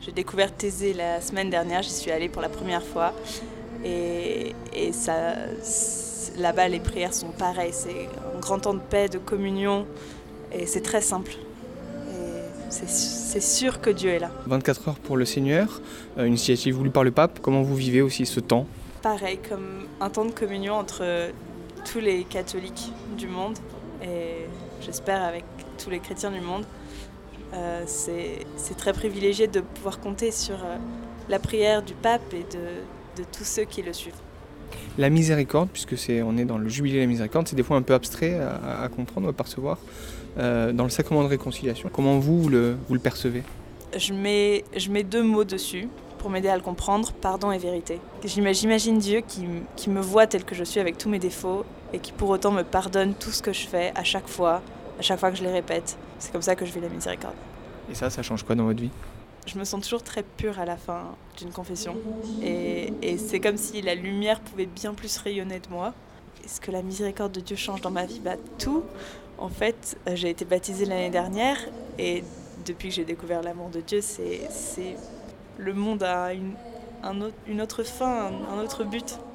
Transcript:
J'ai découvert Thésée la semaine dernière, j'y suis allée pour la première fois. Et ça, là-bas, les prières sont pareilles. C'est un grand temps de paix, de communion. Et c'est très simple. Et c'est sûr que Dieu est là. 24 heures pour le Seigneur, une initiative voulue par le pape. Comment vous vivez aussi ce temps ? Pareil, comme un temps de communion entre tous les catholiques du monde. Et j'espère avec tous les chrétiens du monde. C'est très privilégié de pouvoir compter sur la prière du pape et de tous ceux qui le suivent. La miséricorde, puisque on est dans le jubilé de la miséricorde, c'est des fois un peu abstrait à comprendre, à percevoir. Dans le sacrement de réconciliation, comment vous le percevez ? Je mets 2 mots dessus pour m'aider à le comprendre, pardon et vérité. J'imagine Dieu qui me voit tel que je suis avec tous mes défauts et qui pour autant me pardonne tout ce que je fais à chaque fois que je les répète. C'est comme ça que je vis la miséricorde. Et ça change quoi dans votre vie ? Je me sens toujours très pure à la fin d'une confession. Et c'est comme si la lumière pouvait bien plus rayonner de moi. Est-ce que la miséricorde de Dieu change dans ma vie ? Tout. En fait, j'ai été baptisée l'année dernière et depuis que j'ai découvert l'amour de Dieu, le monde a une autre fin, un autre but.